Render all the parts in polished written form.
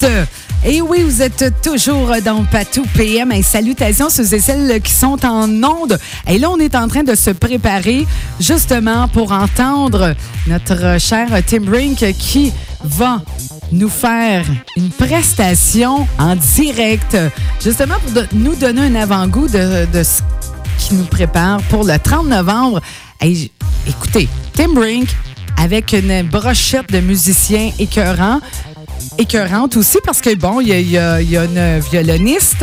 Et oui, vous êtes toujours dans Patou PM. Et salutations ceux et celles qui sont en onde. Et là, on est en train de se préparer justement pour entendre notre cher Tim Brink qui va nous faire une prestation en direct, justement pour nous donner un avant-goût de ce qui nous prépare pour le 30 novembre. Et, écoutez, Tim Brink avec une brochette de musiciens écœurante aussi parce que, bon, il y a une violoniste,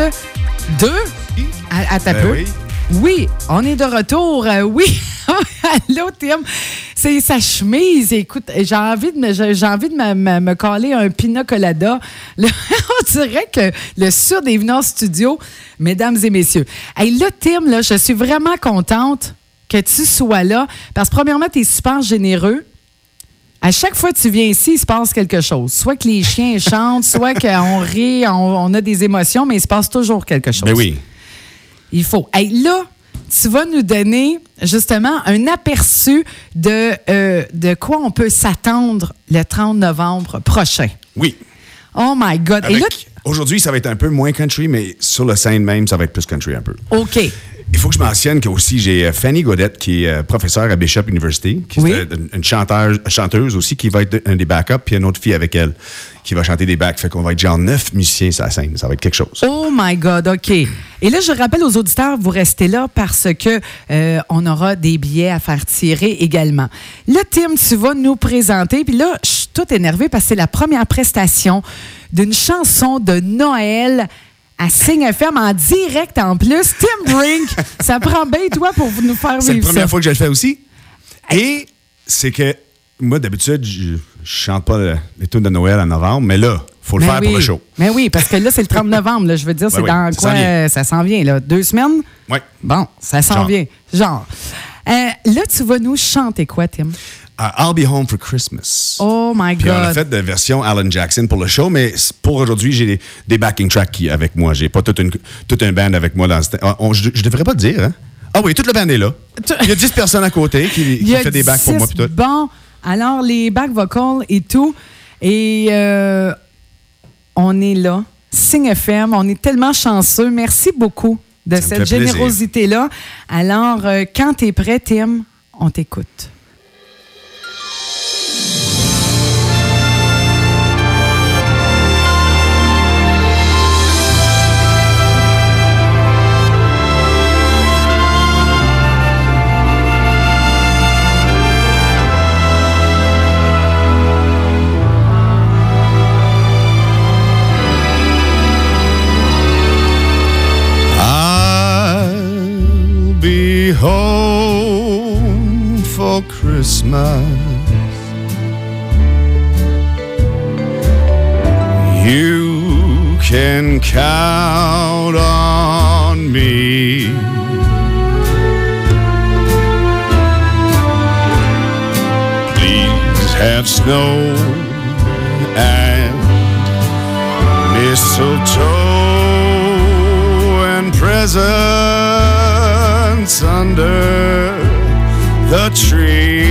à ta peu. Oui. Oui, on est de retour. Oui. Allô, Tim. C'est sa chemise. Écoute, j'ai envie de me caler un pina colada. Là, on dirait que le sud est venu en studio, mesdames et messieurs. Hey, là, Tim, là, je suis vraiment contente que tu sois là parce que, premièrement, tu es super généreux. À chaque fois que tu viens ici, il se passe quelque chose. Soit que les chiens chantent, soit qu'on rit, on a des émotions, mais il se passe toujours quelque chose. Mais oui. Il faut. Hey, là, tu vas nous donner justement un aperçu de quoi on peut s'attendre le 30 novembre prochain. Oui. Oh my God. Et là, aujourd'hui, ça va être un peu moins country, mais sur la scène même, ça va être plus country un peu. OK. Il faut que je mentionne qu'aussi, j'ai Fanny Godette, qui est professeure à Bishop University, qui est une chanteuse aussi, qui va être un des backups, puis une autre fille avec elle, qui va chanter des backs. Fait qu'on va être genre 9 musiciens sur la scène. Ça va être quelque chose. Oh my God, OK. Et là, je rappelle aux auditeurs, vous restez là parce que on aura des billets à faire tirer également. Là, Tim, tu vas nous présenter, puis là, je suis toute énervée parce que c'est la première prestation d'une chanson de Noël à Signe FM en direct en plus. Tim Brink, ça prend bien toi pour nous faire vivre ça. C'est la première fois que je le fais aussi. Et c'est que moi, d'habitude, je chante pas les tunes de Noël en novembre, mais là, il faut le faire pour le show. Mais oui, parce que là, c'est le 30 novembre. Là, je veux dire, c'est dans quoi ça s'en vient. Là. 2 semaines? Oui. Bon, ça s'en vient. Genre. Là, tu vas nous chanter quoi, Tim? I'll Be Home for Christmas. Oh my God. Puis on a fait de version Alan Jackson pour le show, mais pour aujourd'hui, j'ai des backing tracks avec moi. J'ai pas toute un band avec moi dans ce temps. Je devrais pas le dire, hein? Ah oui, toute la band est là. Il y a 10 personnes à côté qui fait des backs pour moi. Puis tout. Bon, alors les back vocals et tout. Et on est là. Signe FM, on est tellement chanceux. Merci beaucoup de cette générosité-là. Alors, quand tu es prêt, Tim, on t'écoute. Home for Christmas. You can count on me. Please have snow and mistletoe and presents under the tree.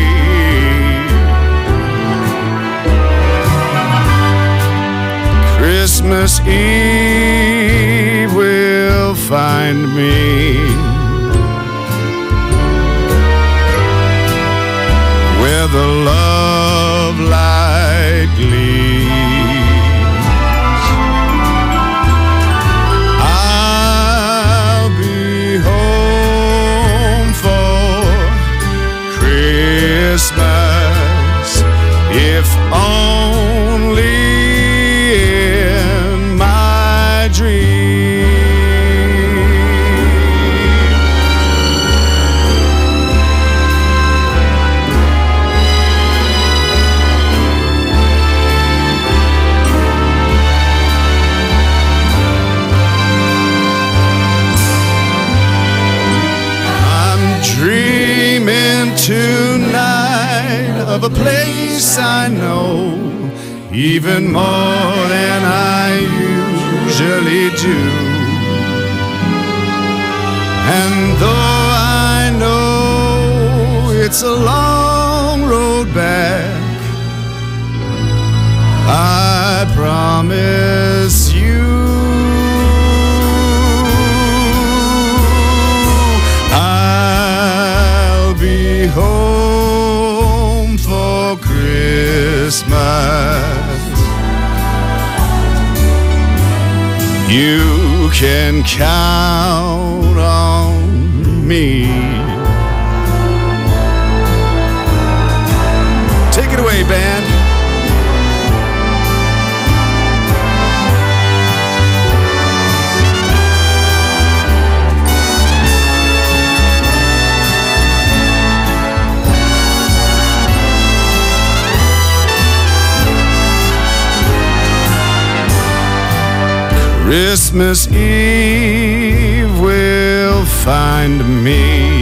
Christmas Eve will find me where the love light gleams. I'll be home for Christmas, if only in my dream. I'm dreaming tonight of a place I know even more than I usually do. And though I know it's a long road back, I promise You can count on me. Take it away, band. Christmas Eve will find me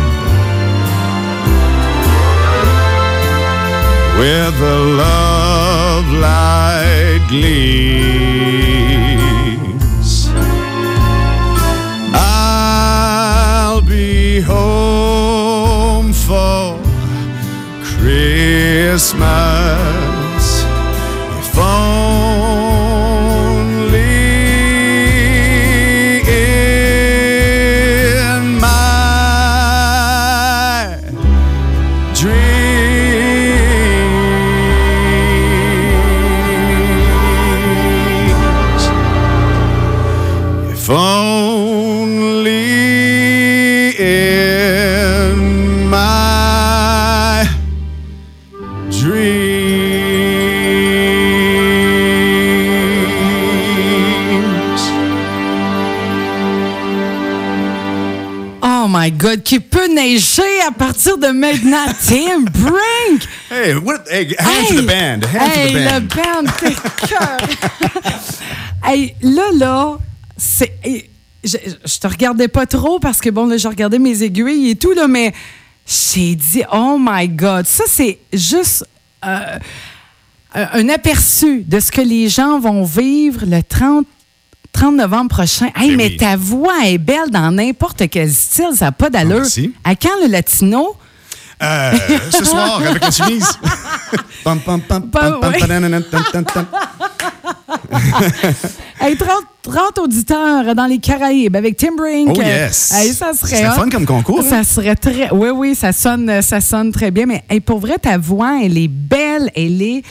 where the love light gleams. I'll be home for Christmas if my God, qui peut neiger à partir de maintenant. Tim Brink! Hey, hand to the band. Hand to the band. Le band, t'es cœur. Hey, là, c'est... Je te regardais pas trop parce que, bon, là, je regardais mes aiguilles et tout, là, mais j'ai dit, oh my God, ça, c'est juste un aperçu de ce que les gens vont vivre le 30 novembre prochain. Hey, mais ta voix est belle dans n'importe quel style, ça n'a pas d'allure. Merci. À quand le latino? Ce soir, avec la chemise. Hey, 30 auditeurs dans les Caraïbes avec Tim Brink. Oh yes! Hey, ça serait fun comme concours. Ça serait très... Oui, ça sonne très bien. Mais hey, pour vrai, ta voix, elle est belle. Elle est...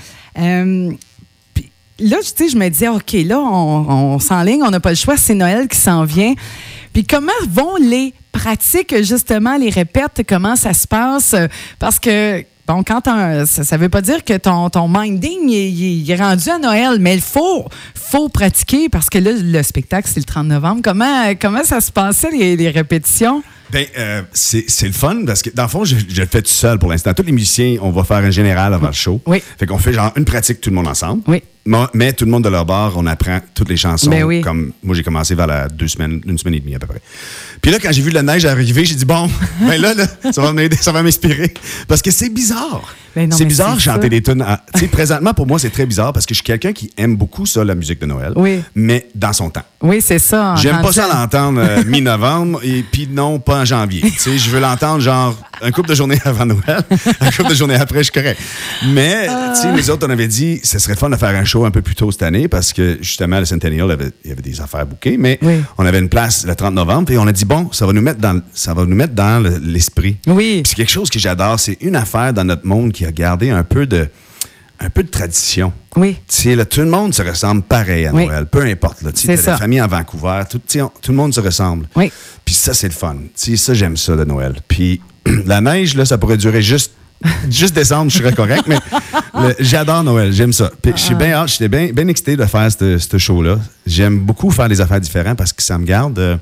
Là, tu sais, je me disais, OK, là, on s'enligne, on n'a pas le choix, c'est Noël qui s'en vient. Puis comment vont les pratiques, justement, les répètes, comment ça se passe? Parce que, bon, quand ça veut pas dire que ton minding il est rendu à Noël, mais il faut pratiquer parce que là, le spectacle, c'est le 30 novembre. Comment ça se passait, les répétitions? Ben, c'est le fun parce que, dans le fond, je le fais tout seul pour l'instant. Tous les musiciens, on va faire un général avant le show. Oui. Fait qu'on fait genre une pratique tout le monde ensemble. Oui. Mais tout le monde de leur bord, on apprend toutes les chansons. Ben oui. Comme moi, j'ai commencé vers une semaine et demie à peu près. Puis là, quand j'ai vu la neige arriver, j'ai dit, bon, ben là, ça va m'aider, ça va m'inspirer. Parce que c'est bizarre. Ben non, c'est bizarre de chanter ça. des tunes. Tu sais, présentement, pour moi, c'est très bizarre parce que je suis quelqu'un qui aime beaucoup ça, la musique de Noël. Oui. Mais dans son temps. Oui, c'est ça. J'aime pas ça l'entendre mi-novembre et puis non, pas en janvier. Tu sais, je veux l'entendre genre un couple de journées avant Noël, un couple de journées après, je suis correct. Mais, tu sais, nous autres, on avait dit, ce serait fun de faire un show un peu plus tôt cette année parce que, justement, le Centennial, il y avait des affaires bookées, mais on avait une place le 30 novembre et on a dit, bon, ça va nous mettre dans l'esprit. Oui. Puis c'est quelque chose que j'adore, c'est une affaire dans notre monde qui a gardé un peu de tradition. Oui. Tu sais, là, tout le monde se ressemble pareil à Noël, peu importe. Tu sais, t'as la famille en Vancouver, tout le monde se ressemble. Oui. Puis ça, c'est le fun. Tu sais, ça, j'aime ça, de Noël. Puis la neige, là, ça pourrait durer juste décembre, je serais correct, mais j'adore Noël, j'aime ça. Puis j'étais bien excité de faire ce show-là. J'aime beaucoup faire des affaires différentes parce que ça me garde...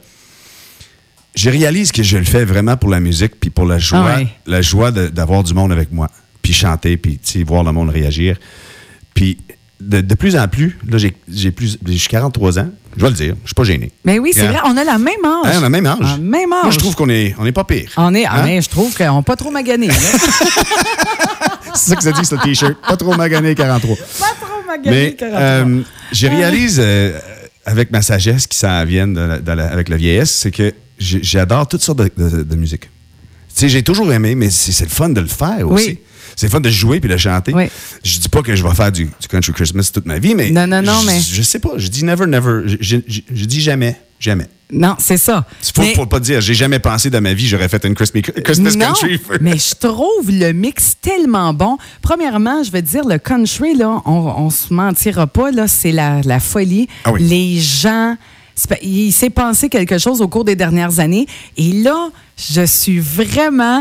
je réalise que je le fais vraiment pour la musique puis pour la joie d'avoir du monde avec moi. Puis chanter, puis voir le monde réagir. Puis de plus en plus, là, j'ai 43 ans, je vais le dire, je suis pas gêné. Mais oui, c'est vrai, on a la même âge. On a le même âge. Même âge. Moi, je trouve qu'on est pas pire. Mais je trouve qu'on n'est pas trop magané. C'est ça que ça dit, ce T-shirt. Pas trop magané, 43. Pas trop magané, 43. Mais je réalise, avec ma sagesse qui s'en vient avec la vieillesse, c'est que j'adore toutes sortes de musique. Tu sais, j'ai toujours aimé, mais c'est le fun de le faire aussi. Oui. C'est le fun de jouer puis de chanter. Oui. Je dis pas que je vais faire du Country Christmas toute ma vie, mais non, mais je sais pas. Je dis never. Je dis jamais. Jamais. Non, c'est ça. Faut pas dire, j'ai jamais pensé dans ma vie j'aurais fait une Christmas country. Mais je trouve le mix tellement bon. Premièrement, je veux dire, le country, là, on se mentira pas, là, c'est la folie. Ah oui. Les gens, il s'est passé quelque chose au cours des dernières années. Et là, je suis vraiment...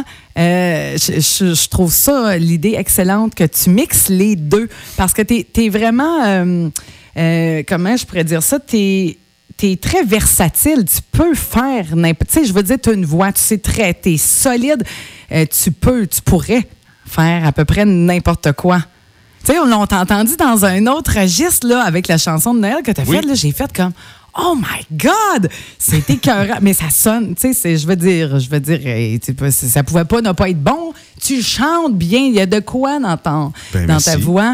je trouve ça, l'idée excellente, que tu mixes les deux. Parce que t'es vraiment... comment je pourrais dire ça? T'es très versatile. Tu peux faire n'importe... Tu sais, je veux dire, tu as une voix, t'es solide. Tu pourrais faire à peu près n'importe quoi. Tu sais, on t'a entendu dans un autre registre, là, avec la chanson de Noël que tu as faite. J'ai fait comme... Oh my God! C'était écœurant. Mais ça sonne, tu sais, je veux dire, ça pouvait pas ne pas être bon. Tu chantes bien, il y a de quoi dans ta voix.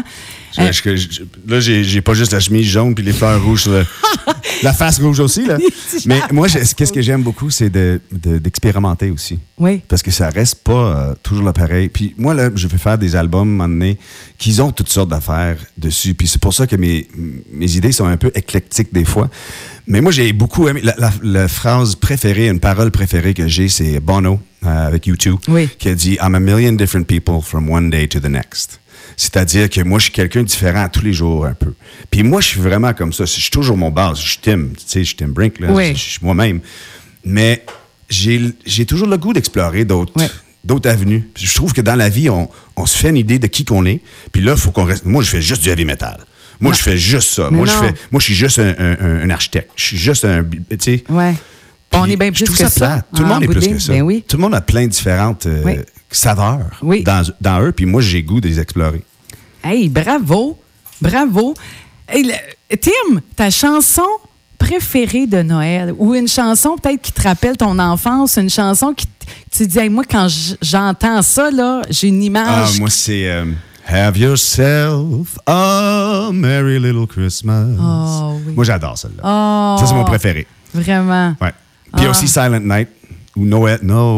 Là, j'ai pas juste la chemise jaune puis les fleurs rouges, la face rouge aussi. Là. Mais moi, qu'est-ce que j'aime beaucoup, c'est d'expérimenter aussi. Oui. Parce que ça reste pas toujours le pareil. Puis moi, là, je vais faire des albums, à un moment donné, qui ont toutes sortes d'affaires dessus. Puis c'est pour ça que mes idées sont un peu éclectiques des fois. Mais moi, j'ai beaucoup aimé... La phrase préférée, une parole préférée que j'ai, c'est Bono, avec U2, qui a dit « I'm a million different people from one day to the next ». C'est-à-dire que moi, je suis quelqu'un de différent tous les jours un peu. Puis moi, je suis vraiment comme ça. Je suis toujours mon base. Je suis Tim. Tu sais, je suis Tim Brink. Là. Je suis moi-même. Mais j'ai toujours le goût d'explorer d'autres avenues. Puis je trouve que dans la vie, on se fait une idée de qui qu'on est. Puis là, il faut qu'on reste... Moi, je fais juste du heavy metal. Moi, je fais juste ça. Moi, je suis juste un architecte. Je suis juste un... Tu sais... Ouais. On est bien plus que ça. Tout le monde est plus que ça. Ben oui. Tout le monde a plein de différentes saveurs dans eux. Puis moi, j'ai goût de les explorer. Hey, bravo! Bravo! Hey, Tim, ta chanson préférée de Noël ou une chanson peut-être qui te rappelle ton enfance, une chanson qui tu dis, hey, moi, quand j'entends ça, là, j'ai une image. Moi, c'est... Have yourself a merry little Christmas. Oh, oui. Moi, j'adore celle-là. Oh, ça, c'est mon préféré. Vraiment? Ouais. Puis aussi Silent Night ou Noël.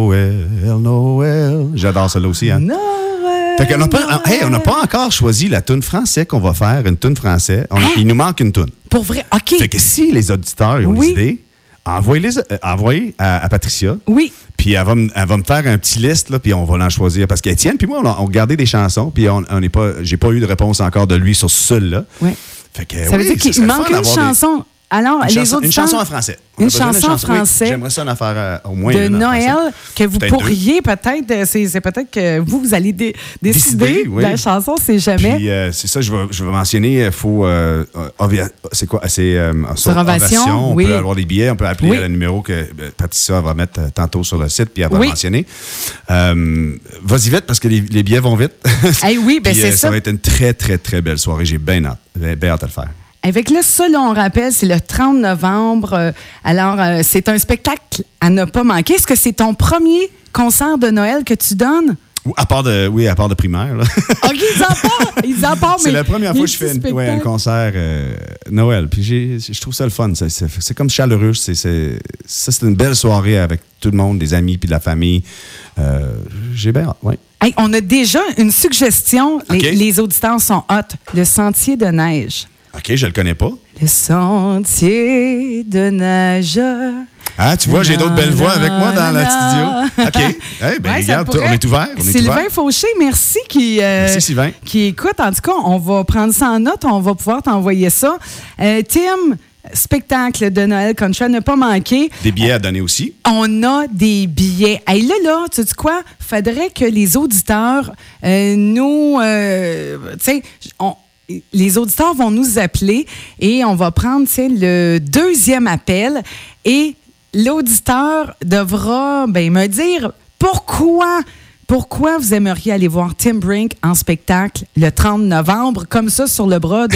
J'adore celle-là aussi. Hein? Noël. Fait qu'on on n'a pas encore choisi la toune française qu'on va faire, une toune française. Il nous manque une toune. Pour vrai? OK. Fait que si les auditeurs ont des idées, envoyez à Patricia. Oui. Puis elle va me faire un petit liste, là, puis on va l'en choisir. Parce qu'Étienne, puis moi, on regardait des chansons, puis j'ai pas eu de réponse encore de lui sur celle-là. Oui. Fait que, ça veut dire qu'il manque une chanson. Alors, une chanson en français. Une chanson en français. Oui, j'aimerais ça en faire au moins de une Noël que vous pourriez peut-être. C'est peut-être que vous allez décider de la chanson, c'est jamais. Puis c'est ça, je vais mentionner. Il faut. C'est quoi? C'est sur Ovation. On peut avoir des billets. On peut appeler le numéro que Patricia va mettre tantôt sur le site, puis elle va mentionner. Vas-y vite parce que les billets vont vite. Hey, oui, bien c'est ça. Ça va être une très, très, très belle soirée. J'ai bien hâte à le faire. Avec là, ça, là, on rappelle, c'est le 30 novembre. Alors, c'est un spectacle à ne pas manquer. Est-ce que c'est ton premier concert de Noël que tu donnes? À part de primaire. Là. OK, ils en parlent, mais... C'est la première fois que je fais un concert Noël. Puis je trouve ça le fun. C'est comme chaleureux. C'est une belle soirée avec tout le monde, des amis puis de la famille. J'ai bien hâte, oui. Hey, on a déjà une suggestion. Okay. Les auditeurs sont hot. Le Sentier de neige. OK, je le connais pas. Le Sentier de neige. Ah, tu vois, j'ai d'autres belles voix avec moi dans le studio. OK. Hey, ben, regarde, on est ouvert. Sylvain Fauché, merci merci, Sylvain. Qui écoute. En tout cas, on va prendre ça en note. On va pouvoir t'envoyer ça. Tim, spectacle de Noël Country à ne pas manquer. Des billets à donner aussi. On a des billets. Hey, là, tu sais quoi? Faudrait que les auditeurs nous... tu sais, les auditeurs vont nous appeler et on va prendre le deuxième appel et l'auditeur devra me dire pourquoi vous aimeriez aller voir Tim Brink en spectacle le 30 novembre, comme ça, sur le bras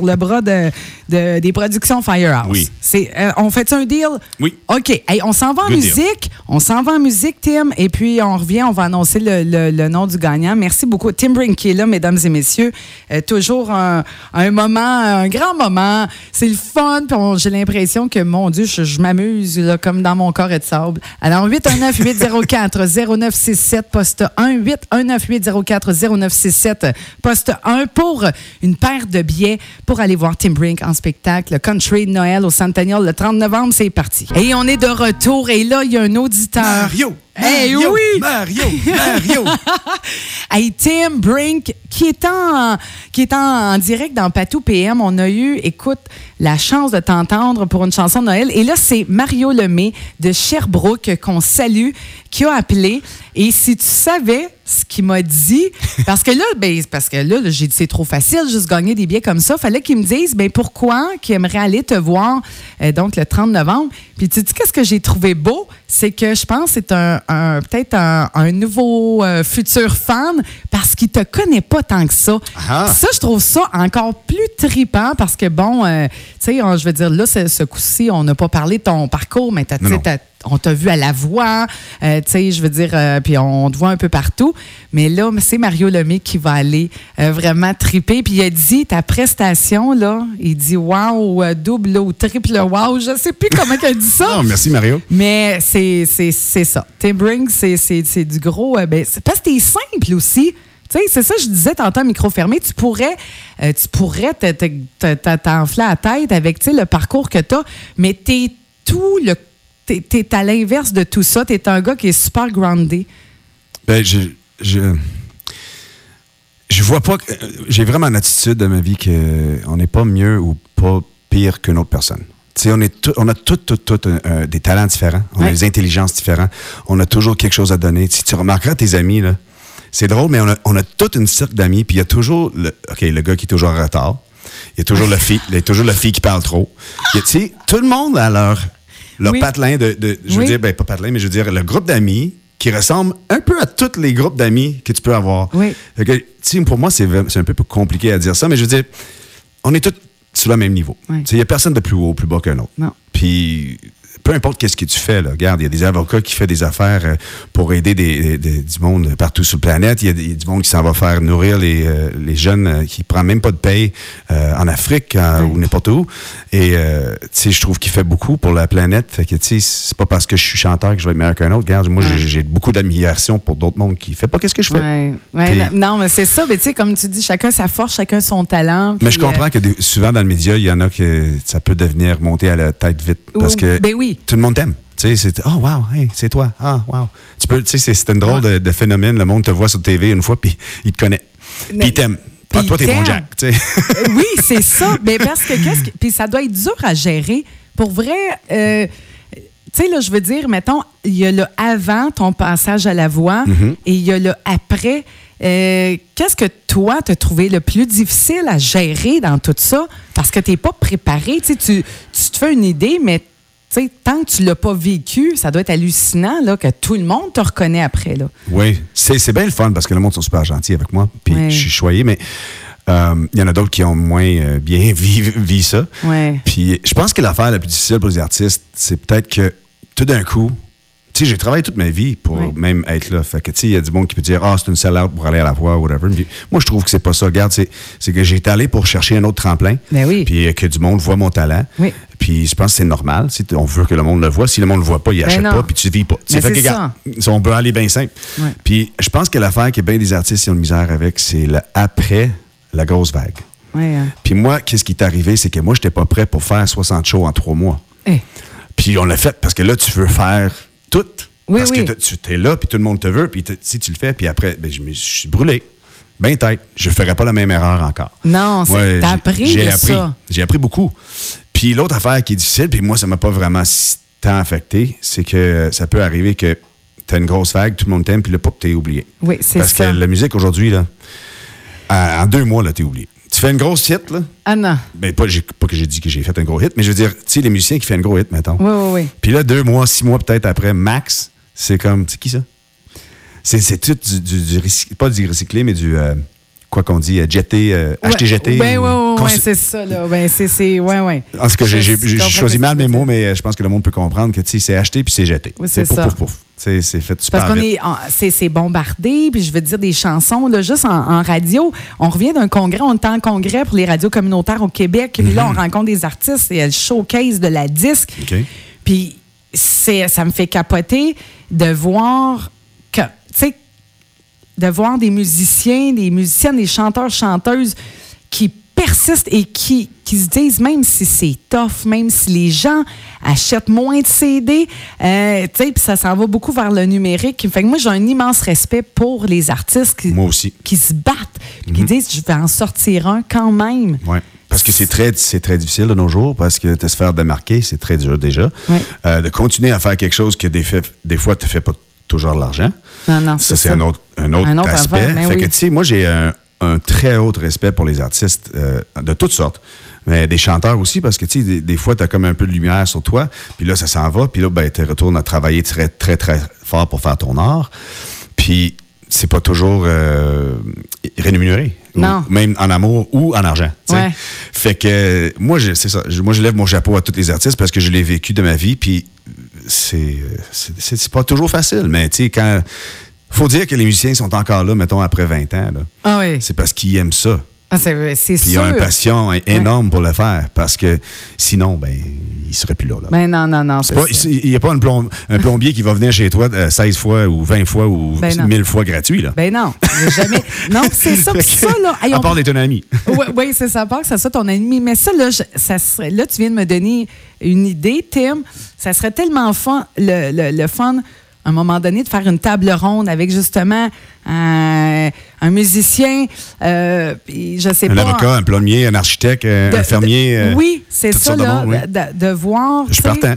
des productions Firehouse. Oui. On fait un deal? Oui. OK. Hey, on s'en va en musique. Deal. On s'en va en musique, Tim, et puis on revient, on va annoncer le nom du gagnant. Merci beaucoup. Tim Brink qui est là, mesdames et messieurs. Toujours un grand moment. C'est le fun, puis j'ai l'impression que, mon Dieu, je m'amuse là, comme dans mon corps et de sable. Alors, 819-804-0967, poste poste 1 819-804-0967, poste 1 pour une paire de billets pour aller voir Tim Brink en spectacle. Le Country de Noël au Centennial le 30 novembre, c'est parti. Et on est de retour et là, il y a un auditeur. Mario! Hey, Mario, oui! Mario! Hey, Tim Brink, qui est en direct dans Patou PM. On a eu, écoute, la chance de t'entendre pour une chanson de Noël. Et là, c'est Mario Lemay de Sherbrooke qu'on salue, qui a appelé. Et si tu savais ce qu'il m'a dit, parce que là, j'ai dit c'est trop facile, juste gagner des billets comme ça. Fallait qu'il me dise, pourquoi qu'il aimerait aller te voir, donc le 30 novembre. Puis tu dis, qu'est-ce que j'ai trouvé beau? C'est que je pense que c'est peut-être un nouveau futur fan parce qu'il te connaît pas tant que ça. Ah. Ça, je trouve ça encore plus trippant parce que, bon, tu sais, je veux dire, là, ce coup-ci, on n'a pas parlé de ton parcours, mais on t'a vu à la voix, tu sais, je veux dire, puis on te voit un peu partout. Mais là, c'est Mario Lemay qui va aller vraiment tripper. Puis il a dit, ta prestation, là, il dit wow, double ou triple wow, je sais plus comment il dit ça. Oh, merci Mario. Mais c'est ça. Tim Brink, c'est du gros... c'est parce que t'es simple aussi. Tu sais, c'est ça que je disais tantôt, micro fermé. Tu pourrais t'enfler la tête avec, tu sais, le parcours que t'as, mais t'es à l'inverse de tout ça. T'es un gars qui est super groundé. Je vois pas... J'ai vraiment une attitude de ma vie qu'on n'est pas mieux ou pas pire qu'une autre personne. T'sais, on a tous des talents différents, on a des intelligences différentes, on a toujours quelque chose à donner. Si tu remarqueras tes amis, là, c'est drôle, mais on a toute une cirque d'amis, puis il y a toujours le gars qui est toujours en retard, il y a toujours la fille qui parle trop. Tu sais, tout le monde a leur patelin je veux dire, pas patelin, mais je veux dire, le groupe d'amis qui ressemble un peu à tous les groupes d'amis que tu peux avoir. Oui. Pour moi, c'est un peu plus compliqué à dire ça, mais je veux dire, on est tous sur le même niveau. Il n'y a personne de plus haut ou plus bas qu'un autre. Non. Puis, peu importe qu'est-ce que tu fais, là. Regarde, il y a des avocats qui font des affaires pour aider du monde partout sur la planète. Il y a du monde qui s'en va faire nourrir les jeunes qui ne prennent même pas de paye en Afrique ou n'importe où. Et, tu sais, je trouve qu'il fait beaucoup pour la planète. Fait que, tu sais, c'est pas parce que je suis chanteur que je vais être meilleur qu'un autre. Regarde, moi, j'ai beaucoup d'admiration pour d'autres mondes qui ne font pas qu'est-ce que je fais. Non, mais c'est ça. Mais tu sais, comme tu dis, chacun sa force, chacun son talent. Mais je comprends que souvent, dans le média, il y en a que ça peut devenir monter à la tête vite. Parce que tout le monde t'aime. Tu sais, c'est oh wow, hey, c'est toi. Ah wow. Tu sais, c'est une drôle de phénomène. Le monde te voit sur TV une fois puis il te connaît. Puis il t'aime. Toi, t'es bon Jack. Tu sais. Oui, c'est ça. Mais parce que puis ça doit être dur à gérer. Pour vrai, tu sais, là, je veux dire, mettons, il y a le avant ton passage à la voix et il y a le après. Qu'est-ce que toi, t'as trouvé le plus difficile à gérer dans tout ça? Parce que t'es pas préparé. Tu te fais une idée, mais t'sais, tant que tu l'as pas vécu, ça doit être hallucinant là, que tout le monde te reconnaît après. Là. Oui, c'est bien le fun parce que le monde sont super gentils avec moi. Puis je suis choyé, mais il y en a d'autres qui ont moins bien vécu ça. Ouais. Puis je pense que l'affaire la plus difficile pour les artistes, c'est peut-être que tout d'un coup, tu sais, j'ai travaillé toute ma vie pour même être là. Fait que, tu sais, il y a du monde qui peut dire, c'est une sell-out pour aller à la voix, whatever. Puis, moi, je trouve que c'est pas ça. Regarde, c'est que j'ai été allé pour chercher un autre tremplin. Ben oui. Puis que du monde voit mon talent. Oui. Puis je pense que c'est normal. Si on veut que le monde le voit. Si le monde le voit pas, il achète pas, puis tu vis pas. Mais fait que, regarde, on peut aller bien simple. Ouais. Puis je pense que l'affaire que bien des artistes qui ont de misère avec, c'est après la grosse vague. Ouais, Puis moi, qu'est-ce qui est arrivé, c'est que moi, j'étais pas prêt pour faire 60 shows en 3 mois. Puis on l'a fait parce que là, tu veux faire tout. Oui, parce que tu es là, puis tout le monde te veut, puis si tu le fais, puis après, je suis brûlé. Ben tête. Je ne ferai pas la même erreur encore. Non, t'as appris de ça. J'ai appris beaucoup. Puis l'autre affaire qui est difficile, puis moi, ça ne m'a pas vraiment tant affecté, c'est que ça peut arriver que tu as une grosse vague, tout le monde t'aime, puis là, pas que tu es oublié. Oui, c'est ça. Parce que la musique aujourd'hui, là, en 2 mois, là, tu es oublié. Tu fais une grosse hit, là. Ah non. Ben, pas que j'ai dit que j'ai fait un gros hit, mais je veux dire, tu sais, les musiciens qui font un gros hit, mettons. Oui. Puis là, 2 mois, 6 mois peut-être après, max, c'est comme, c'est qui ça? C'est tout pas du recyclé, mais du, quoi qu'on dit, jeté, acheté, jeté. Oui, c'est ça, là. Ben, ouais. En tout cas, j'ai choisi mal mes mots, mais je pense que le monde peut comprendre que, tu sais, c'est acheté puis c'est jeté. Oui, c'est ça. Pouf. C'est fait super parce qu'on vite. c'est bombardé, puis je veux dire des chansons, là, juste en radio. On revient d'un congrès, on est en congrès pour les radios communautaires au Québec, puis là, on rencontre des artistes, et le showcase de la disque. Okay. Puis ça me fait capoter de voir que, tu sais, de voir des musiciens, des musiciennes, des chanteurs, chanteuses qui persistent et qui se disent, même si c'est tough, même si les gens achètent moins de CD, puis ça s'en va beaucoup vers le numérique. Fait que moi, j'ai un immense respect pour les artistes qui se battent, qui disent, je vais en sortir un quand même. Ouais. Parce que c'est très difficile de nos jours, parce que de se faire démarquer, c'est très dur déjà. Ouais. De continuer à faire quelque chose que des fois, tu ne fais pas toujours de l'argent. Non, ça, c'est un autre aspect. Affaire, fait que, tu sais, moi, j'ai un très haut respect pour les artistes de toutes sortes. Mais des chanteurs aussi, parce que, tu sais, des fois, tu as comme un peu de lumière sur toi, puis là, ça s'en va, puis là, ben, tu retournes à travailler très, très, très fort pour faire ton art. Puis, c'est pas toujours rémunéré. Non. Même en amour ou en argent. Ouais. Fait que, moi, c'est ça. Moi, je lève mon chapeau à tous les artistes parce que je l'ai vécu de ma vie, puis c'est pas toujours facile, mais, tu sais, quand... Faut dire que les musiciens sont encore là, mettons, après 20 ans. Là. Ah oui. C'est parce qu'ils aiment ça. Ah, c'est sûr. Ils ont une passion énorme pour le faire, parce que sinon, ben, ils ne seraient plus là. Ben non. Il n'y a pas un plombier qui va venir chez toi 16 fois ou 20 fois ou 1000 fois gratuit. Là. Ben non, jamais. Non, c'est ça. Ça là, à part d'être un ami. Oui, c'est ça. À part que c'est ça ton ami. Mais ça, là, là, tu viens de me donner une idée, Tim. Ça serait tellement fun, le fun, à un moment donné, de faire une table ronde avec justement un musicien, je sais pas. Un avocat, un plombier, un architecte, un fermier. Oui, c'est ça, là, de voir. Je suis partant.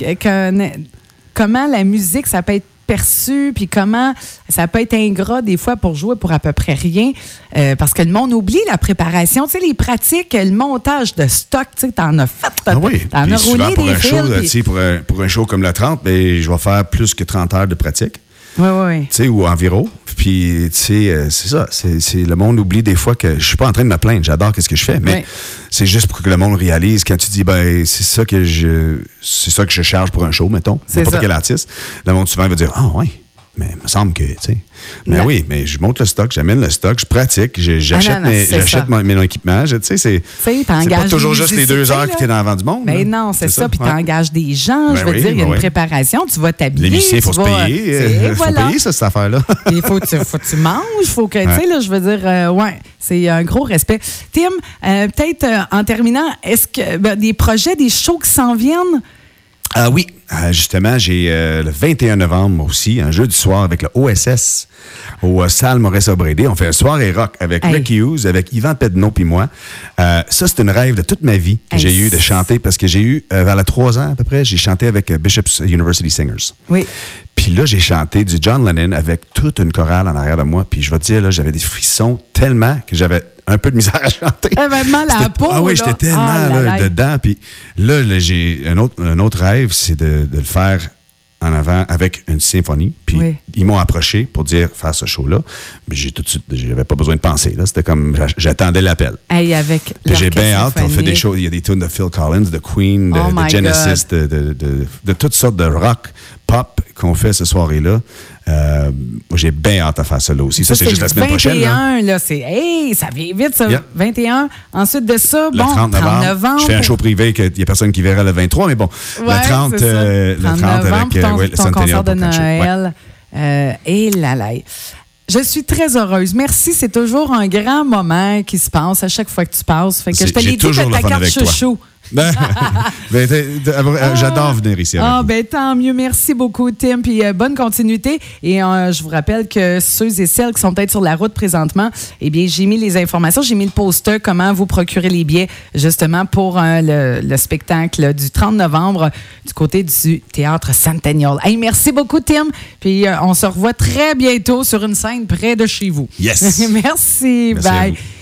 Comment la musique, ça peut être perçu, puis comment ça peut être ingrat des fois pour jouer pour à peu près rien, parce que le monde oublie la préparation, tu sais, les pratiques, le montage de stock, tu sais, t'en as fait, t'en as roulé pour des fils. Pour un show comme le 30, ben, je vais faire plus que 30 heures de pratique. Oui. Tu sais, ou environ. Puis, tu sais, c'est ça. Le monde oublie des fois que je suis pas en train de me plaindre. J'adore ce que je fais, mais c'est juste pour que le monde réalise quand tu dis, ben, c'est ça que je charge pour un show, mettons. N'importe quel artiste. Le monde souvent va dire, ah, ouais. Mais il me semble que, tu sais. Mais oui, mais je monte le stock, j'amène le stock, je pratique, j'achète mon équipement. Tu sais, c'est pas toujours juste les 2 heures que tu es dans l'avant du monde. Mais non, c'est ça. Puis tu engages des gens. Je veux dire, il y a une préparation. Tu vas t'habiller. Les musiciens, il faut se payer. Il faut payer ça, cette affaire-là. Il faut que tu manges. Il faut que, tu sais, là, je veux dire, c'est un gros respect. Tim, peut-être en terminant, est-ce que des projets, des shows qui s'en viennent? Oui, justement, j'ai le 21 novembre aussi, un jeudi soir avec le OSS au salle Maurice-Aubrédé. On fait un soirée rock avec Rick Hughes, avec Yvan Pedneau puis moi. Ça, c'est une rêve de toute ma vie que j'ai eu de chanter parce que j'ai eu, vers les 3 ans à peu près, j'ai chanté avec Bishop's University Singers. Oui. Puis là, j'ai chanté du John Lennon avec toute une chorale en arrière de moi. Puis je vais te dire, là, j'avais des frissons tellement que j'avais un peu de misère à chanter. Mal à la peau. Ah oui, j'étais tellement dedans. Puis là, j'ai un autre rêve, c'est de le faire en avant avec une symphonie. Puis ils m'ont approché pour dire faire ce show-là. Mais j'ai tout de suite, j'avais pas besoin de penser. Là. C'était comme j'attendais l'appel. Avec j'ai bien hâte. On fait des shows. Il y a des tunes de Phil Collins, de Queen, de Genesis, de toutes sortes de rock, pop qu'on fait ce soirée-là. Moi, j'ai bien hâte à faire ça là aussi. Ça, c'est juste la semaine prochaine. 21, là, ça vient vite, ça. 21. Ensuite de ça, le 30 novembre. Je fais un show privé qu'il n'y a personne qui verra le 23, mais bon, le 30 avec ton concert de Noël. Et là. Je suis très heureuse. Merci. C'est toujours un grand moment qui se passe à chaque fois que tu passes. Fait que je te l'ai dit que ta carte chouchou. J'adore venir ici avec vous. Tant mieux. Merci beaucoup, Tim. Puis bonne continuité. Et je vous rappelle que ceux et celles qui sont peut-être sur la route présentement, eh bien, j'ai mis les informations, j'ai mis le poster, comment vous procurer les billets, justement, pour le spectacle du 30 novembre du côté du Théâtre Centennial. Hey, merci beaucoup, Tim. Puis on se revoit très bientôt sur une scène près de chez vous. Yes. Merci. Bye.